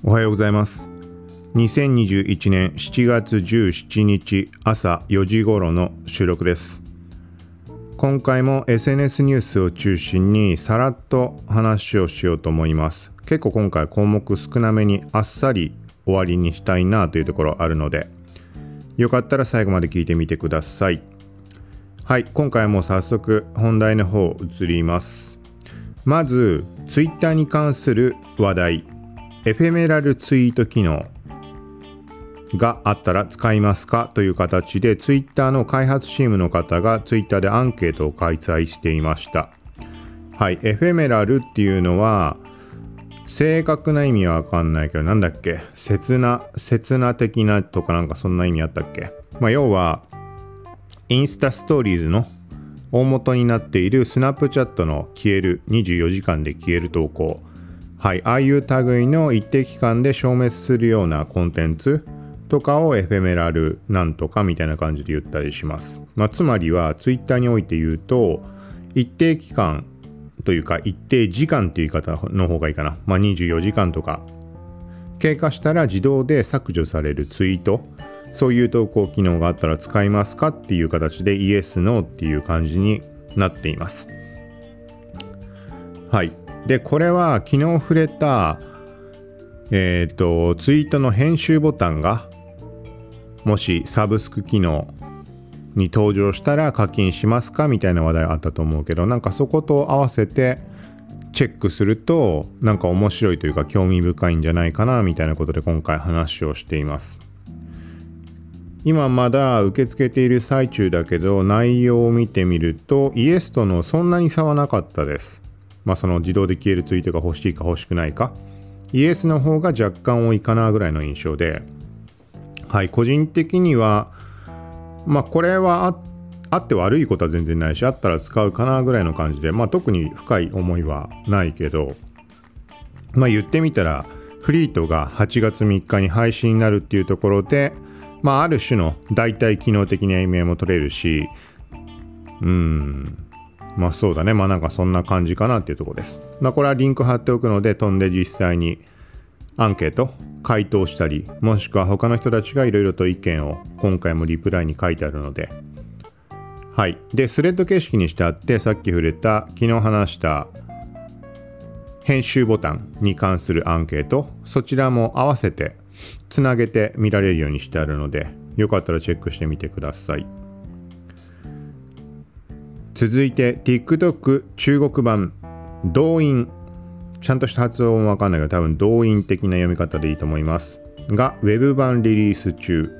おはようございます。2021年7月17日朝4時頃の収録です。今回も SNS ニュースを中心にさらっと話をしようと思います。結構今回項目少なめにあっさり終わりにしたいなというところあるので、よかったら最後まで聞いてみてください。はい、今回はもう早速本題の方移ります。まず Twitter に関する話題、エフェメラルツイート機能があったら使いますかという形で Twitter の開発チームの方が Twitter でアンケートを開催していました。はい、エフェメラルっていうのは正確な意味はわかんないけど、なんだっけ、刹那的なとかなんかそんな意味あったっけ。要はインスタストーリーズの大元になっているスナップチャットの消える24時間で消える投稿、はい、ああいう類の一定期間で消滅するようなコンテンツとかをエフェメラルなんとかみたいな感じで言ったりします。つまりはツイッターにおいて言うと、一定期間というか一定時間っていう言い方の方がいいかな。24時間とか経過したら自動で削除されるツイート、そういう投稿機能があったら使いますかっていう形でイエスノーっていう感じになっています。はい。でこれは昨日触れたツイートの編集ボタンがもしサブスク機能に登場したら課金しますかみたいな話題あったと思うけど、なんかそこと合わせてチェックするとなんか面白いというか興味深いんじゃないかなみたいなことで今回話をしています。今まだ受け付けている最中だけど、内容を見てみるとイエスとのそんなに差はなかったです。その自動で消えるツイートが欲しいか欲しくないか、イエスの方が若干多いかなぐらいの印象で、はい、個人的にはこれは あって悪いことは全然ないし、あったら使うかなぐらいの感じで、特に深い思いはないけど、言ってみたらフリートが8月3日に配信になるっていうところで、ある種の代替機能的な意味合いも取れるし、そうだね、なんかそんな感じかなっていうところです。これはリンク貼っておくので飛んで実際にアンケート回答したり、もしくは他の人たちがいろいろと意見を今回もリプライに書いてあるので、はい。でスレッド形式にしてあって、さっき触れた昨日話した編集ボタンに関するアンケート、そちらも合わせてつなげて見られるようにしてあるので、よかったらチェックしてみてください。続いて TikTok 中国版動員、ちゃんとした発音はわかんないけど多分動員的な読み方でいいと思いますが、ウェブ版リリース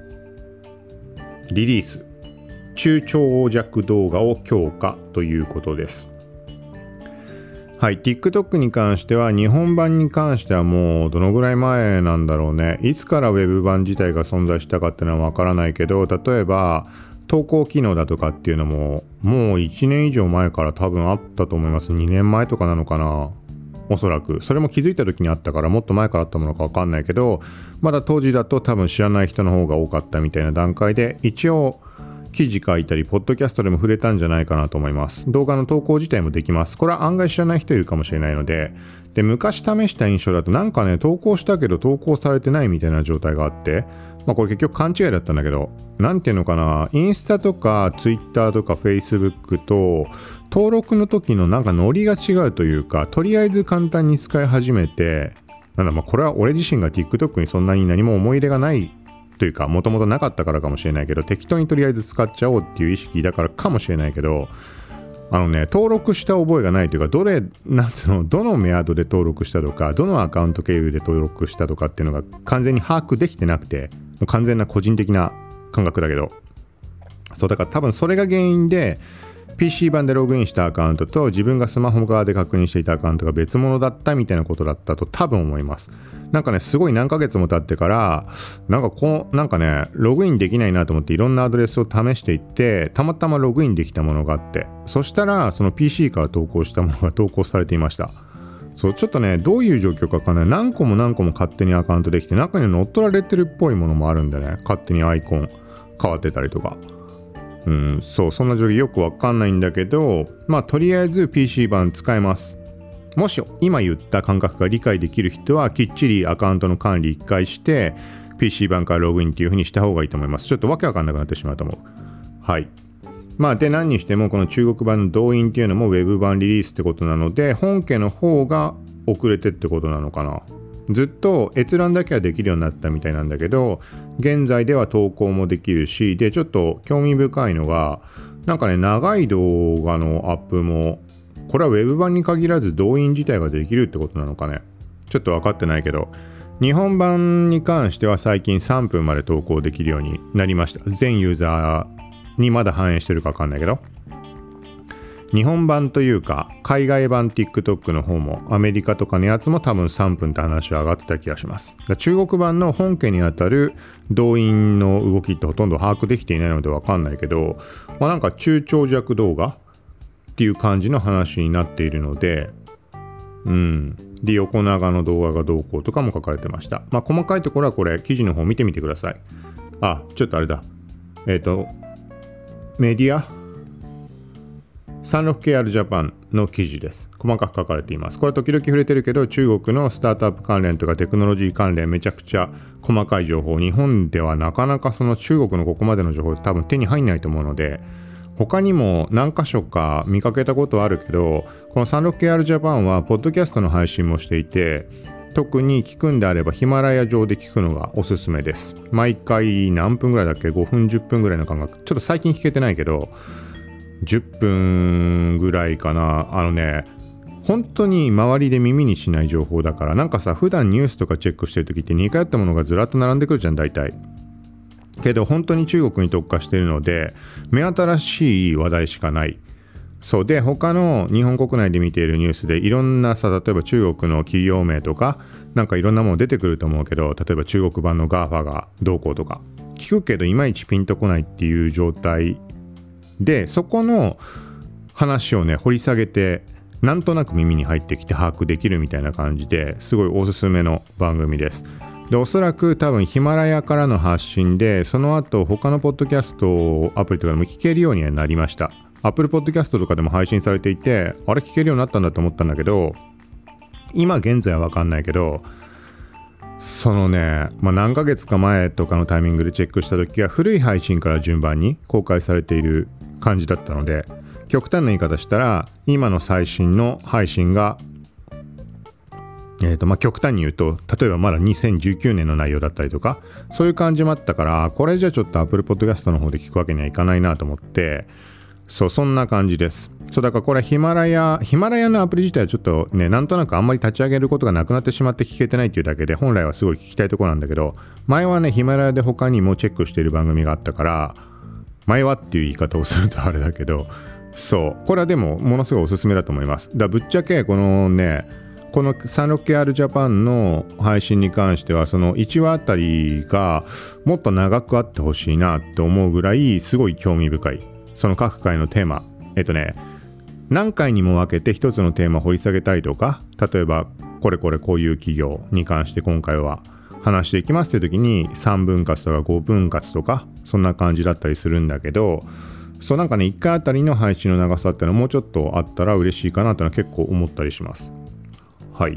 中長尺動画を強化ということです。はい、TikTok に関しては日本版に関してはもうどのぐらい前なんだろうね。いつからウェブ版自体が存在したかっていうのはわからないけど、例えば投稿機能だとかっていうのももう1年以上前から多分あったと思います。2年前とかなのかな、おそらく。それも気づいた時にあったからもっと前からあったものか分かんないけど、まだ当時だと多分知らない人の方が多かったみたいな段階で、一応記事書いたりポッドキャストでも触れたんじゃないかなと思います。動画の投稿自体もできます。これは案外知らない人いるかもしれないので、昔試した印象だとなんかね、投稿したけど投稿されてないみたいな状態があって、これ結局勘違いだったんだけど、なんていうのかな、インスタとかツイッターとかフェイスブックと登録の時のなんかノリが違うというか、とりあえず簡単に使い始めて、これは俺自身が TikTok にそんなに何も思い入れがないというか、もともとなかったからかもしれないけど、適当にとりあえず使っちゃおうっていう意識だからかもしれないけど、登録した覚えがないというか、どのメアドで登録したとか、どのアカウント経由で登録したとかっていうのが完全に把握できてなくて、もう完全な個人的な感覚だけど、そうだから多分それが原因で PC 版でログインしたアカウントと自分がスマホ側で確認していたアカウントが別物だったみたいなことだったと多分思います。すごい何ヶ月も経ってからログインできないなと思っていろんなアドレスを試していって、たまたまログインできたものがあって、そしたらその PC から投稿したものが投稿されていました。そう、ちょっとね、どういう状況かわかんない。何個も勝手にアカウントできて、中に乗っ取られてるっぽいものもあるんでね、勝手にアイコン変わってたりとか、そんな状況よくわかんないんだけど、とりあえず PC 版使えます。 もし今言った感覚が理解できる人はきっちりアカウントの管理1回して PC 版からログインっていう風にした方がいいと思います。ちょっとわけわかんなくなってしまうと思う。はい。で何にしてもこの中国版の動員っていうのもウェブ版リリースってことなので、本家の方が遅れてってことなのかな。ずっと閲覧だけはできるようになったみたいなんだけど、現在では投稿もできるし、でちょっと興味深いのがなんかね、長い動画のアップもこれはウェブ版に限らず動員自体ができるってことなのかね。ちょっと分かってないけど、日本版に関しては最近3分まで投稿できるようになりました。全ユーザーにまだ反映してるか分かんないけど、日本版というか海外版 TikTok の方もアメリカとかのやつも多分3分って話は上がってた気がします。中国版の本家にあたる動員の動きってほとんど把握できていないので分かんないけど、なんか中長尺動画っていう感じの話になっているので、で横長の動画がどうこうとかも書かれてました。細かいところはこれ記事の方見てみてください。ちょっとあれだ、メディア 36KR ジャパンの記事です。細かく書かれています。これ時々触れてるけど、中国のスタートアップ関連とかテクノロジー関連めちゃくちゃ細かい情報、日本ではなかなかその中国のここまでの情報多分手に入んないと思うので、他にも何箇所か見かけたことはあるけど、この 36KR ジャパンはポッドキャストの配信もしていて、特に聞くんであればヒマラヤ上で聞くのがおすすめです。毎回何分ぐらいだっけ、5分10分ぐらいの感覚、ちょっと最近聞けてないけど10分ぐらいかな。本当に周りで耳にしない情報だから、なんかさ、普段ニュースとかチェックしてる時って似通ったものがずらっと並んでくるじゃん大体。けど本当に中国に特化しているので目新しい話題しかない。そうで、他の日本国内で見ているニュースでいろんなさ、例えば中国の企業名とかなんかいろんなもの出てくると思うけど、例えば中国版の GAFA がどうこうとか聞くけどいまいちピンとこないっていう状態で、そこの話をね掘り下げてなんとなく耳に入ってきて把握できるみたいな感じで、すごいおすすめの番組です。でおそらく多分ヒマラヤからの発信で、その後他のポッドキャストアプリとかでも聞けるようにはなりました。Apple Podcast とかでも配信されていて、あれ聞けるようになったんだと思ったんだけど、今現在は分かんないけど、そのね、何ヶ月か前とかのタイミングでチェックした時は古い配信から順番に公開されている感じだったので、極端な言い方したら今の最新の配信が極端に言うと、例えばまだ2019年の内容だったりとか、そういう感じもあったから、これじゃちょっと Apple Podcast の方で聞くわけにはいかないなと思って、そんな感じです。だからこれヒマラヤのアプリ自体はちょっとね、なんとなくあんまり立ち上げることがなくなってしまって聞けてないっていうだけで、本来はすごい聞きたいところなんだけど、前はねヒマラヤで他にもチェックしている番組があったから、前はっていう言い方をするとあれだけど、これはでもものすごいおすすめだと思います。ぶっちゃけこの 36KR ジャパンの配信に関しては、その1話あたりがもっと長くあってほしいなって思うぐらいすごい興味深い。その各回のテーマ、何回にも分けて一つのテーマを掘り下げたりとか、例えばこういう企業に関して今回は話していきますという時に3分割とか5分割とかそんな感じだったりするんだけど、なんかね、1回あたりの配信の長さっていうのはもうちょっとあったら嬉しいかなというのは結構思ったりします。はい。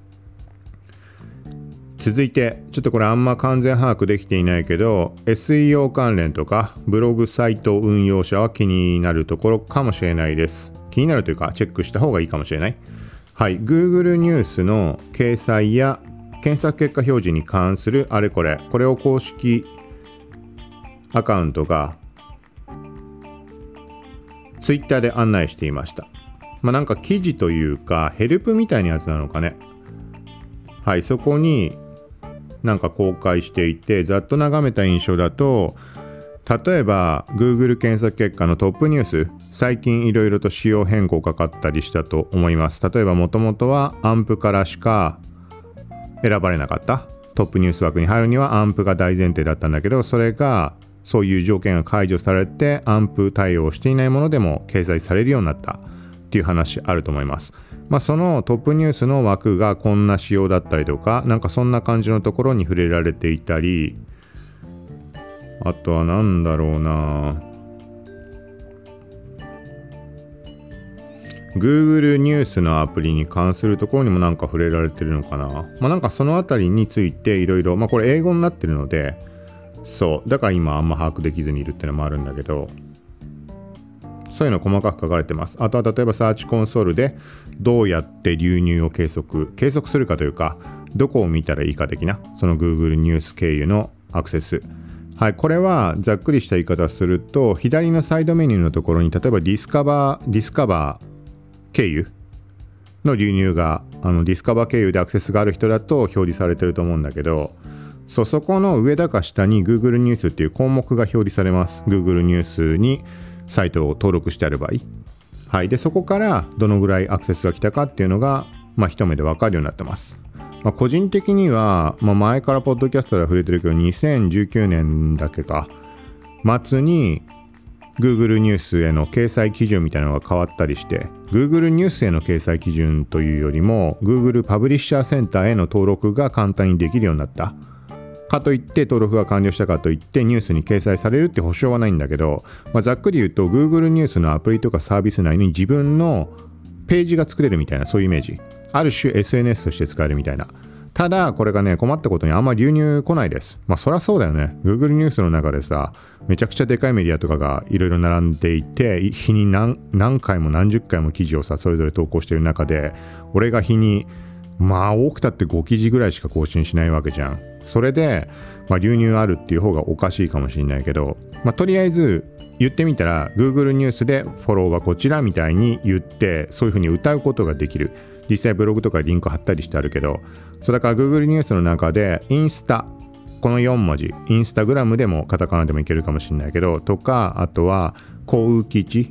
続いて、ちょっとこれあんま完全把握できていないけど、 SEO 関連とかブログサイト運用者は気になるところかもしれないです。気になるというかチェックした方がいいかもしれない。はい。 Google ニュースの掲載や検索結果表示に関するあれこれを公式アカウントが Twitter で案内していました。なんか記事というかヘルプみたいなやつなのかね。はい。そこになんか公開していて、ざっと眺めた印象だと、例えば Google 検索結果のトップニュース、最近いろいろと仕様変更かかったりしたと思います。例えばもともとはアンプからしか選ばれなかったトップニュース枠に入るにはアンプが大前提だったんだけど、それがそういう条件が解除されてアンプ対応していないものでも掲載されるようになったっていう話あると思います。そのトップニュースの枠がこんな仕様だったりとか、なんかそんな感じのところに触れられていたり、あとはなんだろうな、 Google ニュースのアプリに関するところにもなんか触れられてるのかな。なんかそのあたりについていろいろ、これ英語になってるので、そうだから今あんま把握できずにいるっていうのもあるんだけど、そういうの細かく書かれてます。あとは例えばサーチコンソールでどうやって流入を計測するかというか、どこを見たらいいか的な、その Google ニュース経由のアクセス。はい、これはざっくりした言い方をすると、左のサイドメニューのところに例えばディスカバー経由の流入がディスカバー経由でアクセスがある人だと表示されてると思うんだけど、そこの上だか下に Google ニュースっていう項目が表示されます。 Google ニュースにサイトを登録してある場合、はい、でそこからどのぐらいアクセスが来たかっていうのが、一目で分かるようになってます。個人的には、前からポッドキャストで触れてるけど、2019年だけか末に Google ニュースへの掲載基準みたいなのが変わったりして、 Google ニュースへの掲載基準というよりも Google パブリッシャーセンターへの登録が簡単にできるようになったかといって、登録が完了したかといってニュースに掲載されるって保証はないんだけど、ざっくり言うと Google ニュースのアプリとかサービス内に自分のページが作れるみたいな、そういうイメージ。ある種 SNS として使えるみたいな。ただこれがね、困ったことにあんまり流入来ないです。そりゃそうだよね。 Google ニュースの中でさ、めちゃくちゃでかいメディアとかがいろいろ並んでいて、日に何回も何十回も記事をさそれぞれ投稿している中で、俺が日に多くたって5記事ぐらいしか更新しないわけじゃん。それで、流入あるっていう方がおかしいかもしれないけど、とりあえず言ってみたら Google ニュースでフォローはこちらみたいに言って、そういう風に歌うことができる。実際ブログとかリンク貼ったりしてあるけど、そうだから Google ニュースの中でインスタ、この4文字、インスタグラムでもカタカナでもいけるかもしれないけどとか、あとはコウキチ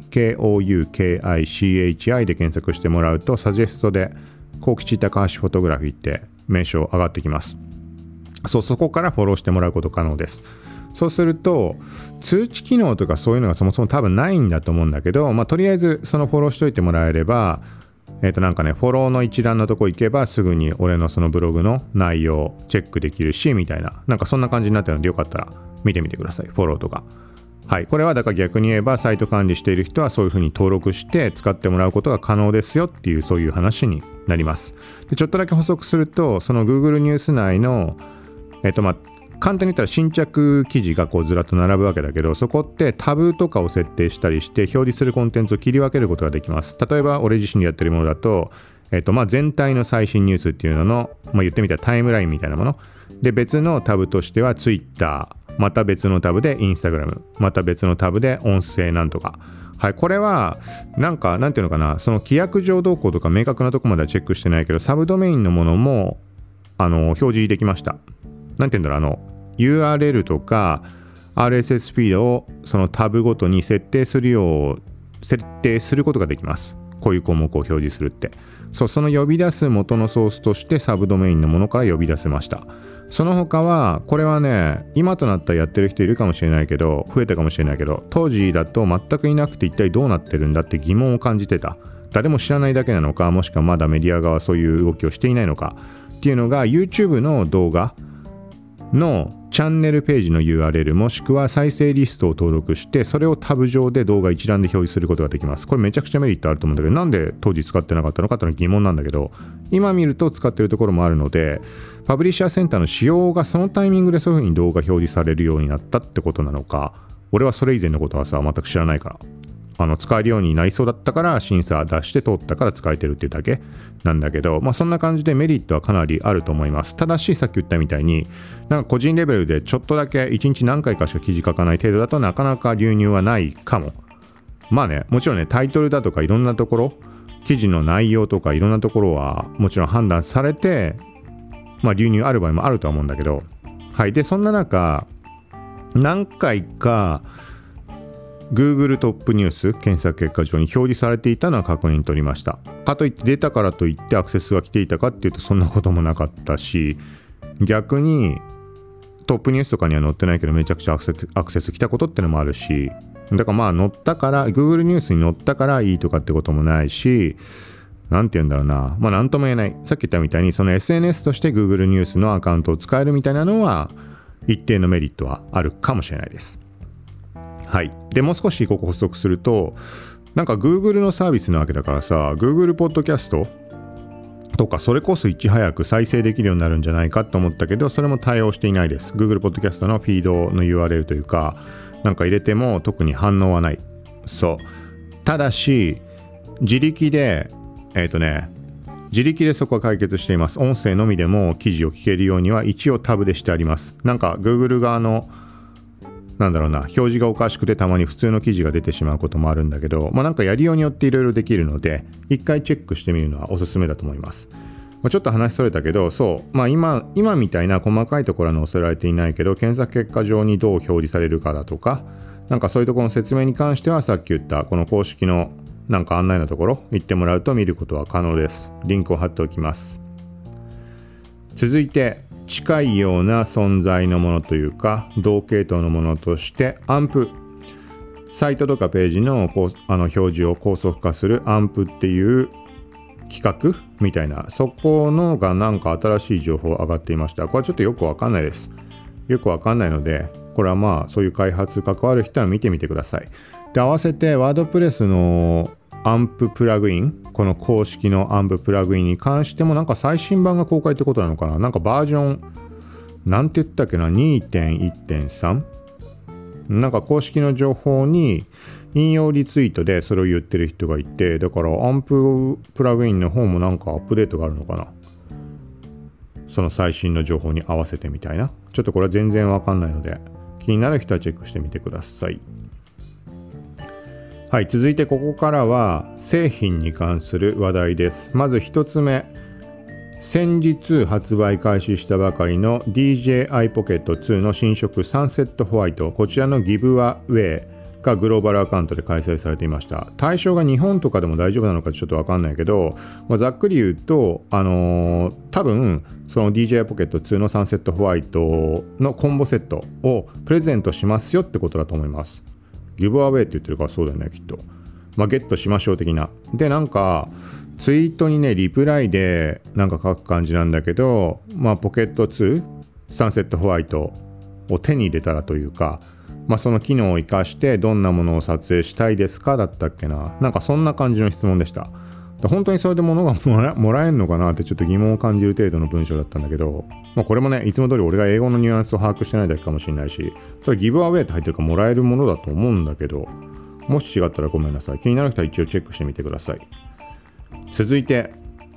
KOUKICHI で検索してもらうと、サジェストでコウキチ高橋フォトグラフィーって名称上がってきます。そこからフォローしてもらうこと可能です。そうすると通知機能とかそういうのがそもそも多分ないんだと思うんだけど、とりあえずそのフォローしといてもらえれば、なんかね、フォローの一覧のとこ行けばすぐに俺のそのブログの内容チェックできるしみたいな、なんかそんな感じになってるので、よかったら見てみてください、フォローとか。はい、これはだから逆に言えばサイト管理している人はそういう風に登録して使ってもらうことが可能ですよっていう、そういう話になります。でちょっとだけ補足すると、その Google ニュース内の簡単に言ったら新着記事がこうずらっと並ぶわけだけど、そこってタブとかを設定したりして表示するコンテンツを切り分けることができます。例えば俺自身でやってるものだと、全体の最新ニュースっていうのの、言ってみたらタイムラインみたいなもので、別のタブとしては Twitter、また別のタブで Instagram、また別のタブで音声なんとか。はい、これはなんていうのかな、その規約上どうこうとか明確なとこまではチェックしてないけど、サブドメインのものも表示できました。なんていうんだろう、URL とか RSS フィードをそのタブごとに設定することができます。こういう項目を表示するって。その呼び出す元のソースとしてサブドメインのものから呼び出せました。その他は、これはね、今となったらやってる人いるかもしれないけど、増えたかもしれないけど、当時だと全くいなくて一体どうなってるんだって疑問を感じてた。誰も知らないだけなのか、もしくはまだメディア側はそういう動きをしていないのかっていうのが、 YouTube の動画のチャンネルページの URL もしくは再生リストを登録して、それをタブ上で動画一覧で表示することができます。これめちゃくちゃメリットあると思うんだけど、なんで当時使ってなかったのかっていうのは疑問なんだけど、今見ると使ってるところもあるので、パブリッシャーセンターの仕様がそのタイミングでそういう風に動画表示されるようになったってことなのか、俺はそれ以前のことはさ全く知らないから、使えるようになりそうだったから審査出して通ったから使えてるっていうだけなんだけど、そんな感じでメリットはかなりあると思います。ただしさっき言ったみたいに、なんか個人レベルでちょっとだけ1日何回かしか記事書かない程度だとなかなか流入はないかも。もちろんね、タイトルだとかいろんなところ、記事の内容とかいろんなところはもちろん判断されて、流入ある場合もあるとは思うんだけど、はい。でそんな中、何回かGoogle トップニュース検索結果上に表示されていたのは確認取りました。かといって出たからといってアクセスが来ていたかっていうとそんなこともなかったし、逆にトップニュースとかには載ってないけどめちゃくちゃアクセス来たことってのもあるし、だから載ったから Google ニュースに載ったからいいとかってこともないし、なんて言うんだろうな、なんとも言えない。さっき言ったみたいにその SNS として Google ニュースのアカウントを使えるみたいなのは一定のメリットはあるかもしれないです。はい。でもう少しここ補足すると、 なんか Google のサービスなわけだからさ、 Google ポッドキャストとかそれこそいち早く再生できるようになるんじゃないかと思ったけど、それも対応していないです。 Google ポッドキャストのフィードの URL というかなんか入れても特に反応はない。そう、ただし自力で自力でそこは解決しています。音声のみでも記事を聞けるようには一応タブでしてあります。なんか Google 側の表示がおかしくてたまに普通の記事が出てしまうこともあるんだけど、なんかやりようによっていろいろできるので一回チェックしてみるのはおすすめだと思います。ちょっと話それたけど、そう、今みたいな細かいところは載せられていないけど、検索結果上にどう表示されるかだとか、なんかそういうところの説明に関してはさっき言ったこの公式のなんか案内のところ行ってもらうと見ることは可能です。リンクを貼っておきます。続いて近いような存在のものというか同系統のものとしてアンプ、サイトとかページの表示を高速化するアンプっていう企画みたいな、そこのがなんか新しい情報上がっていました。これはちょっとよくわかんないです。よくわかんないので、これはそういう開発関わる人は見てみてください。で、合わせてワードプレスのアンププラグイン、この公式のアンププラグインに関してもなんか最新版が公開ってことなのかな。なんかバージョンなんて言ったっけな、 2.1.3 なんか公式の情報に引用リツイートでそれを言ってる人がいて、だからアンププラグインの方もなんかアップデートがあるのかな、その最新の情報に合わせてみたいな。ちょっとこれは全然わかんないので気になる人はチェックしてみてください。はい、続いてここからは製品に関する話題です。まず一つ目、先日発売開始したばかりの DJI Pocket 2の新色サンセットホワイト、こちらのギブアウェイがグローバルアカウントで開催されていました。対象が日本とかでも大丈夫なのかちょっと分かんないけど、ざっくり言うと、多分その DJI Pocket 2のサンセットホワイトのコンボセットをプレゼントしますよってことだと思います。ギブアウェイって言ってるからそうだよね、きっと。ゲットしましょう的な。で、なんかツイートにねリプライでなんか書く感じなんだけど、ポケット2サンセットホワイトを手に入れたらというか、その機能を生かしてどんなものを撮影したいですかだったっけな、なんかそんな感じの質問でした。本当にそれで物がもらえるのかなってちょっと疑問を感じる程度の文章だったんだけど、これもねいつも通り俺が英語のニュアンスを把握してないだけかもしれないし、それギブアウェイって入ってるからもらえるものだと思うんだけど、もし違ったらごめんなさい。気になる人は一応チェックしてみてください。続いて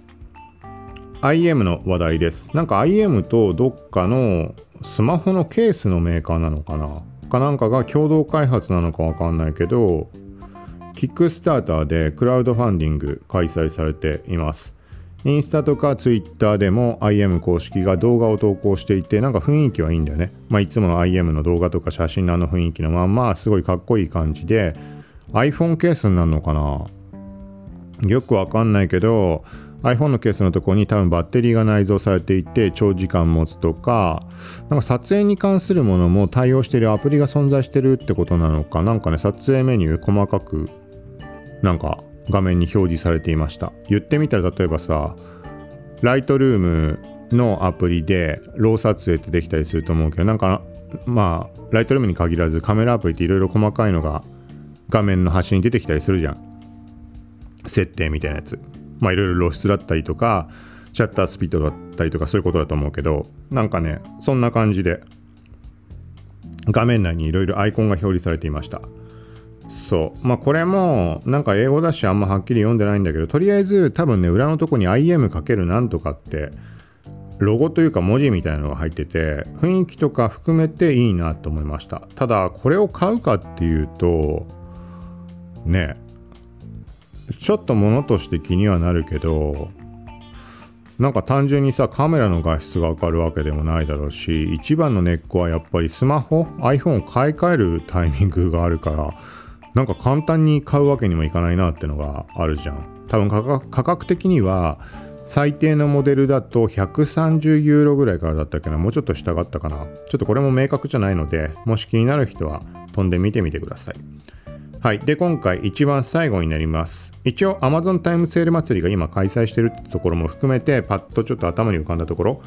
IM の話題です。なんか IM とどっかのスマホのケースのメーカーなのかななんかが共同開発なのかわかんないけど、キックスターターでクラウドファンディング開催されています。インスタとかツイッターでも IM 公式が動画を投稿していて、なんか雰囲気はいいんだよね。いつもの IM の動画とか写真の雰囲気のまんますごいかっこいい感じで、 iPhone ケースになるのかな、よくわかんないけど iPhone のケースのところに多分バッテリーが内蔵されていて長時間持つとか、なんか撮影に関するものも対応しているアプリが存在してるってことなのか、なんかね撮影メニュー細かくなんか画面に表示されていました。言ってみたら例えばさ、ライトルームのアプリでロー撮影ってできたりすると思うけど、なんかライトルームに限らずカメラアプリっていろいろ細かいのが画面の端に出てきたりするじゃん、設定みたいなやつ。いろいろ露出だったりとかシャッタースピードだったりとかそういうことだと思うけど、なんかねそんな感じで画面内にいろいろアイコンが表示されていました。そう、これもなんか英語だしあんまはっきり読んでないんだけど、とりあえず多分ね裏のとこに IM× なんとかってロゴというか文字みたいなのが入ってて、雰囲気とか含めていいなと思いました。ただこれを買うかっていうとね、ちょっと物として気にはなるけど、なんか単純にさカメラの画質が分かるわけでもないだろうし、一番の根っこはやっぱりスマホ iPhone を買い替えるタイミングがあるから、なんか簡単に買うわけにもいかないなってのがあるじゃん。多分価格的には最低のモデルだと130ユーロぐらいからだったっけな、もうちょっと下があったかな。ちょっとこれも明確じゃないので、もし気になる人は飛んでみてみてください。はい。で、今回一番最後になります。一応 Amazon タイムセール祭りが今開催しているってところも含めてパッとちょっと頭に浮かんだところ、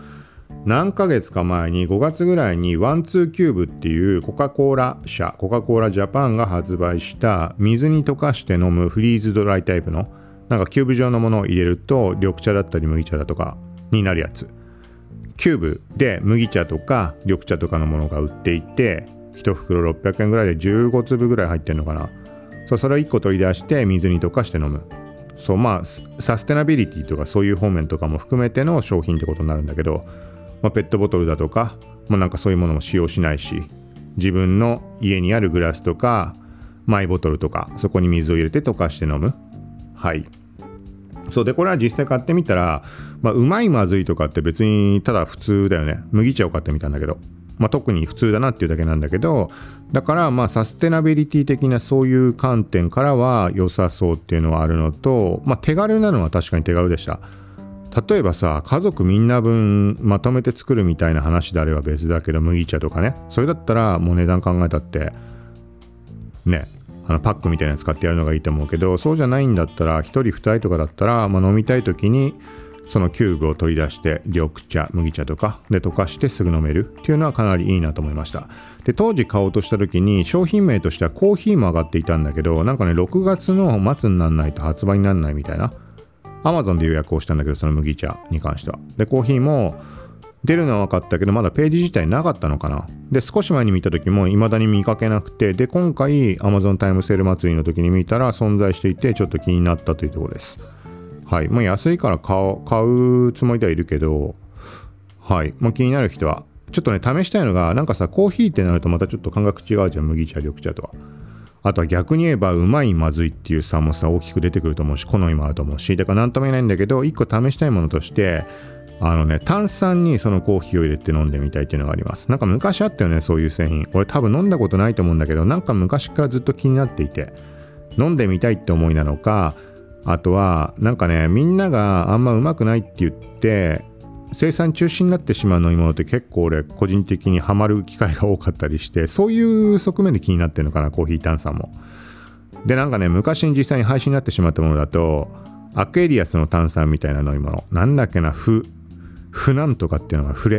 何ヶ月か前に5月ぐらいにワンツーキューブっていうコカ・コーラ社、コカ・コーラジャパンが発売した水に溶かして飲むフリーズドライタイプのなんかキューブ状のものを入れると緑茶だったり麦茶だとかになるやつ。キューブで麦茶とか緑茶とかのものが売っていて、1袋600円ぐらいで15粒ぐらい入ってるのかな。それを1個取り出して水に溶かして飲む。サステナビリティとかそういう方面とかも含めての商品ってことになるんだけど、ペットボトルだとか、なんかそういうものも使用しないし、自分の家にあるグラスとかマイボトルとかそこに水を入れて溶かして飲む。はい。そうで、これは実際買ってみたら、うまいまずいとかって別にただ普通だよね。麦茶を買ってみたんだけど、特に普通だなっていうだけなんだけど、だからサステナビリティ的なそういう観点からは良さそうっていうのはあるのと、手軽なのは確かに手軽でした。例えばさ、家族みんな分まとめて作るみたいな話であれば別だけど、麦茶とかね、それだったらもう値段考えたってね、パックみたいなやつ買ってやるのがいいと思うけど、そうじゃないんだったら1人2人とかだったら、飲みたい時にそのキューブを取り出して緑茶麦茶とかで溶かしてすぐ飲めるっていうのはかなりいいなと思いました。で、当時買おうとした時に商品名としてはコーヒーも上がっていたんだけど、なんかね6月の末にならないと発売にならないみたいな、 Amazon で予約をしたんだけど、その麦茶に関しては。で、コーヒーも出るのは分かったけどまだページ自体なかったのかな。で、少し前に見た時も未だに見かけなくて、で今回 Amazon タイムセール祭りの時に見たら存在していて、ちょっと気になったというところです。はい。安いから買うつもりではいるけど、はい。気になる人はちょっとね試したいのが、なんかさ、コーヒーってなるとまたちょっと感覚違うじゃん、麦茶緑茶とは。あとは逆に言えばうまいまずいっていう差もさ大きく出てくると思うし、好みもあると思うし、だから何とも言えないんだけど、一個試したいものとして炭酸にそのコーヒーを入れて飲んでみたいっていうのがあります。なんか昔あったよね、そういう製品。俺多分飲んだことないと思うんだけど、なんか昔からずっと気になっていて、飲んでみたいって思いなのか、あとはなんかね、みんながあんまうまくないって言って生産中止になってしまう飲み物って結構俺個人的にハマる機会が多かったりして、そういう側面で気になってるのかな、コーヒー炭酸も。で、なんかね、昔に実際に廃止になってしまったものだと、アクエリアスの炭酸みたいな飲み物、なんだっけな、フなんとかっていうのがフ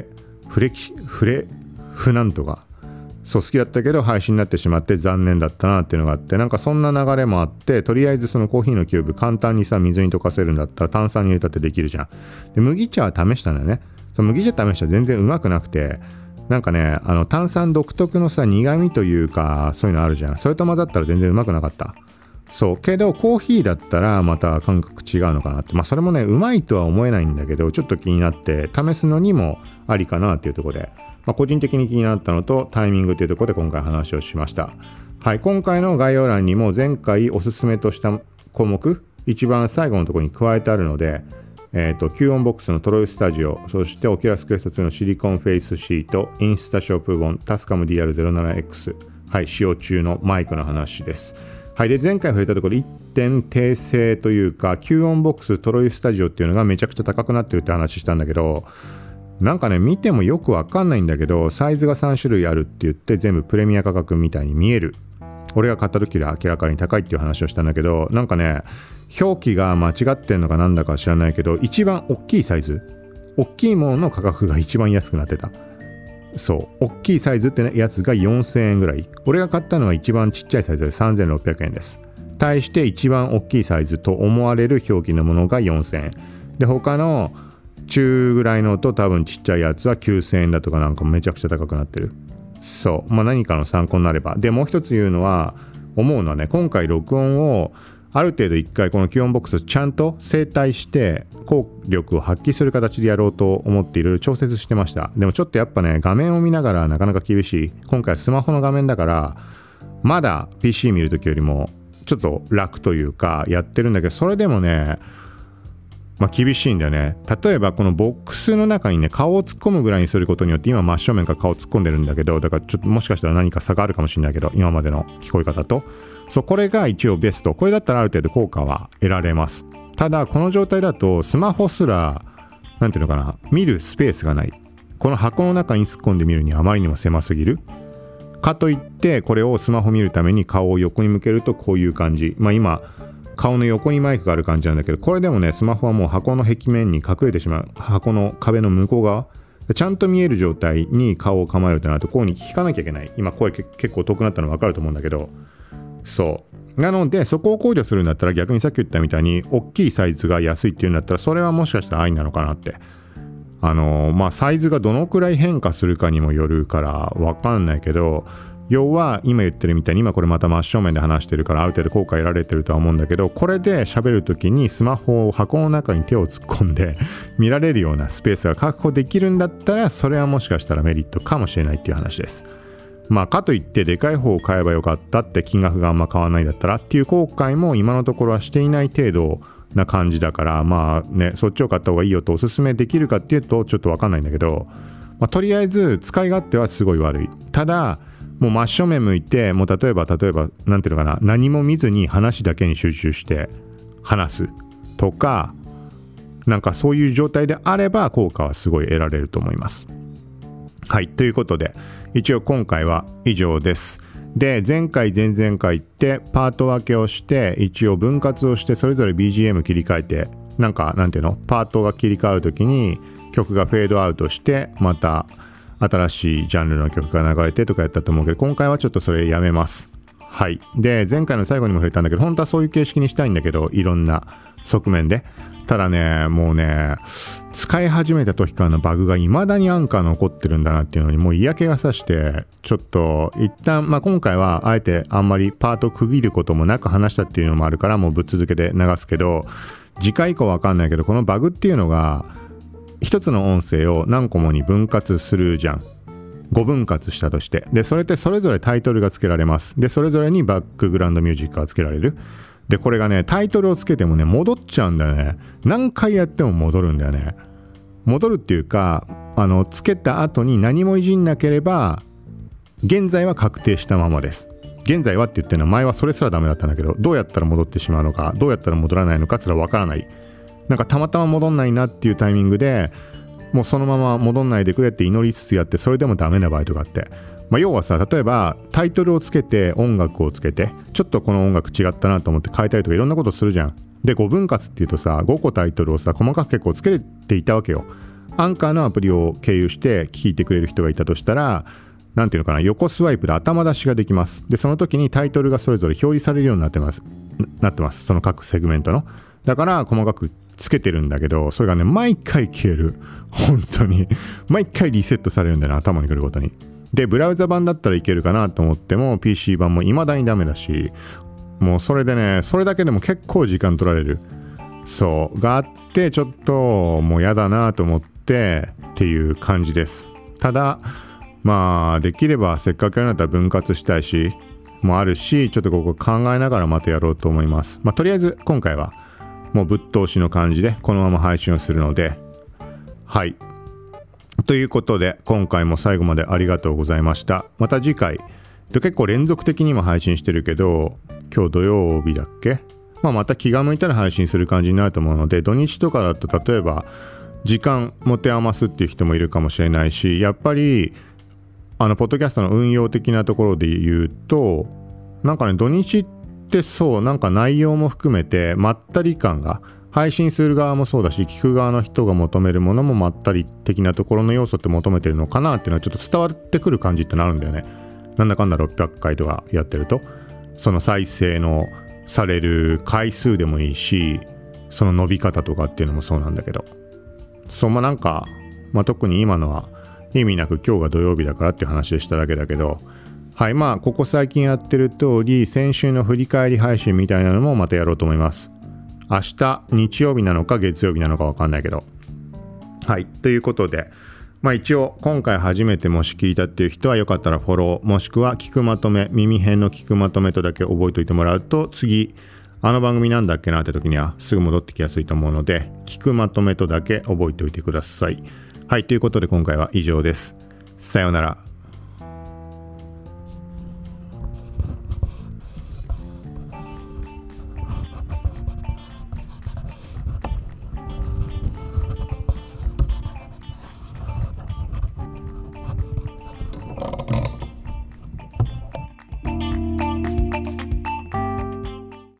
なんとか、そう好きだったけど廃止になってしまって残念だったなっていうのがあって、なんかそんな流れもあって、とりあえずそのコーヒーのキューブ簡単にさ水に溶かせるんだったら炭酸に入れたってできるじゃん。で、麦茶は試したんだよね。その麦茶試したら全然うまくなくて、なんかね、炭酸独特のさ苦味というかそういうのあるじゃん。それと混ざったら全然うまくなかった。そうけどコーヒーだったらまた感覚違うのかなって、それもねうまいとは思えないんだけど、ちょっと気になって試すのにもありかなっていうところで、個人的に気になったのとタイミングというところで今回話をしました。はい。今回の概要欄にも前回おすすめとした項目一番最後のところに加えてあるので、Q 音ボックスのトロイスタジオ、そしてオキュラスクエスト2のシリコンフェイスシート、インスタショップ1、タスカム DR07X、はい、使用中のマイクの話です。はい。で、前回触れたところ1点訂正というか、Q 音ボックストロイスタジオっていうのがめちゃくちゃ高くなってるって話したんだけど、なんかね見てもよくわかんないんだけど、サイズが3種類あるって言って全部プレミア価格みたいに見える。俺が買った時は明らかに高いっていう話をしたんだけど、なんかね表記が間違ってんのかなんだか知らないけど、一番大きいサイズ、大きいものの価格が一番安くなってた。そう大きいサイズってやつが4000円ぐらい。俺が買ったのは一番ちっちゃいサイズで3600円です。対して一番大きいサイズと思われる表記のものが4000円で、他の中ぐらいのと多分ちっちゃいやつは9000円だとか、なんかめちゃくちゃ高くなってる。そう、何かの参考になれば。で、もう一つ言うのは、思うのはね、今回録音をある程度一回このQ音ボックスちゃんと整体して効力を発揮する形でやろうと思っていろいろ調節してました。でもちょっとやっぱね、画面を見ながらなかなか厳しい。今回スマホの画面だからまだ PC 見るときよりもちょっと楽というかやってるんだけど、それでもね厳しいんだよね。例えばこのボックスの中にね顔を突っ込むぐらいにすることによって、今真正面から顔突っ込んでるんだけど、だからちょっともしかしたら何か差があるかもしれないけど、今までの聞こえ方と、そうこれが一応ベスト。これだったらある程度効果は得られます。ただこの状態だとスマホすらなんていうのかな、見るスペースがない。この箱の中に突っ込んで見るにあまりにも狭すぎるかといって、これをスマホ見るために顔を横に向けるとこういう感じ。今顔の横にマイクがある感じなんだけど、これでもねスマホはもう箱の壁面に隠れてしまう。箱の壁の向こう側ちゃんと見える状態に顔を構えるとなるとこうに聞かなきゃいけない。今声結構遠くなったの分かると思うんだけど、そうなのでそこを考慮するんだったら逆にさっき言ったみたいに大きいサイズが安いっていうんだったらそれはもしかしたら愛なのかなって。サイズがどのくらい変化するかにもよるから分かんないけど、要は今言ってるみたいに今これまた真正面で話してるからある程度効果得られてるとは思うんだけど、これで喋るときにスマホを箱の中に手を突っ込んで見られるようなスペースが確保できるんだったらそれはもしかしたらメリットかもしれないっていう話です。かといってでかい方を買えばよかったって金額があんま変わらないんだったらっていう後悔も今のところはしていない程度な感じだから、そっちを買った方がいいよとおすすめできるかっていうとちょっと分かんないんだけど、とりあえず使い勝手はすごい悪い。ただもう真正面向いてもう例えばなんていうのかな、何も見ずに話だけに集中して話すとかなんかそういう状態であれば効果はすごい得られると思います。はい、ということで一応今回は以上です。で前回前々回ってパート分けをして一応分割をしてそれぞれ BGM 切り替えてなんていうのパートが切り替わるときに曲がフェードアウトしてまた新しいジャンルの曲が流れてとかやったと思うけど、今回はちょっとそれやめます。はい。で前回の最後にも触れたんだけど本当はそういう形式にしたいんだけどいろんな側面で、ただねもうね使い始めた時からのバグが未だにアンカー残ってるんだなっていうのにもう嫌気がさしてちょっと一旦今回はあえてあんまりパート区切ることもなく話したっていうのもあるからもうぶっ続けで流すけど、次回以降わかんないけどこのバグっていうのが一つの音声を何個もに分割するじゃん。5分割したとして、でそれってそれぞれタイトルが付けられます。でそれぞれにバックグラウンドミュージックが付けられる。でこれがねタイトルをつけてもね戻っちゃうんだよね。何回やっても戻るんだよね。戻るっていうかつけた後に何もいじんなければ現在は確定したままです。現在はって言ってるのは前はそれすらダメだったんだけど、どうやったら戻ってしまうのかどうやったら戻らないのかすらわからない。なんかたまたま戻んないなっていうタイミングでもうそのまま戻んないでくれって祈りつつやってそれでもダメな場合とかあって、要はさ例えばタイトルをつけて音楽をつけてちょっとこの音楽違ったなと思って変えたりとかいろんなことするじゃん。で5分割っていうとさ5個タイトルをさ細かく結構つけていたわけよ。アンカーのアプリを経由して聞いてくれる人がいたとしたらなんていうのかな、横スワイプで頭出しができます。でその時にタイトルがそれぞれ表示されるようになってますその各セグメントの。だから細かくつけてるんだけどそれがね毎回消える。本当に毎回リセットされるんだよね、頭にくるごとに。でブラウザ版だったらいけるかなと思っても PC 版も未だにダメだし、もうそれでねそれだけでも結構時間取られるがあってちょっともうやだなと思ってっていう感じです。ただできればせっかくやるんだったら分割したいしもあるし、ちょっとここ考えながらまたやろうと思います。とりあえず今回はもうぶっ通しの感じでこのまま配信をするので、はいということで今回も最後までありがとうございました。また次回結構連続的にも配信してるけど今日土曜日だっけ、また気が向いたら配信する感じになると思うので、土日とかだと例えば時間持て余すっていう人もいるかもしれないし、やっぱりポッドキャストの運用的なところで言うと土日って内容も含めてまったり感が配信する側もそうだし聞く側の人が求めるものもまったり的なところの要素って求めてるのかなっていうのはちょっと伝わってくる感じってなるんだよね。なんだかんだ600回とかやってるとその再生のされる回数でもいいしその伸び方とかっていうのもそうなんだけど、特に今のは意味なく今日が土曜日だからっていう話でしただけだけど、はいここ最近やってる通り先週の振り返り配信みたいなのもまたやろうと思います。明日日曜日なのか月曜日なのか分かんないけど、はいということで一応今回初めてもし聞いたっていう人はよかったらフォローもしくは聞くまとめ耳編の聞くまとめとだけ覚えておいてもらうと次番組なんだっけなって時にはすぐ戻ってきやすいと思うので聞くまとめとだけ覚えておいてください。はいということで今回は以上です。さようなら。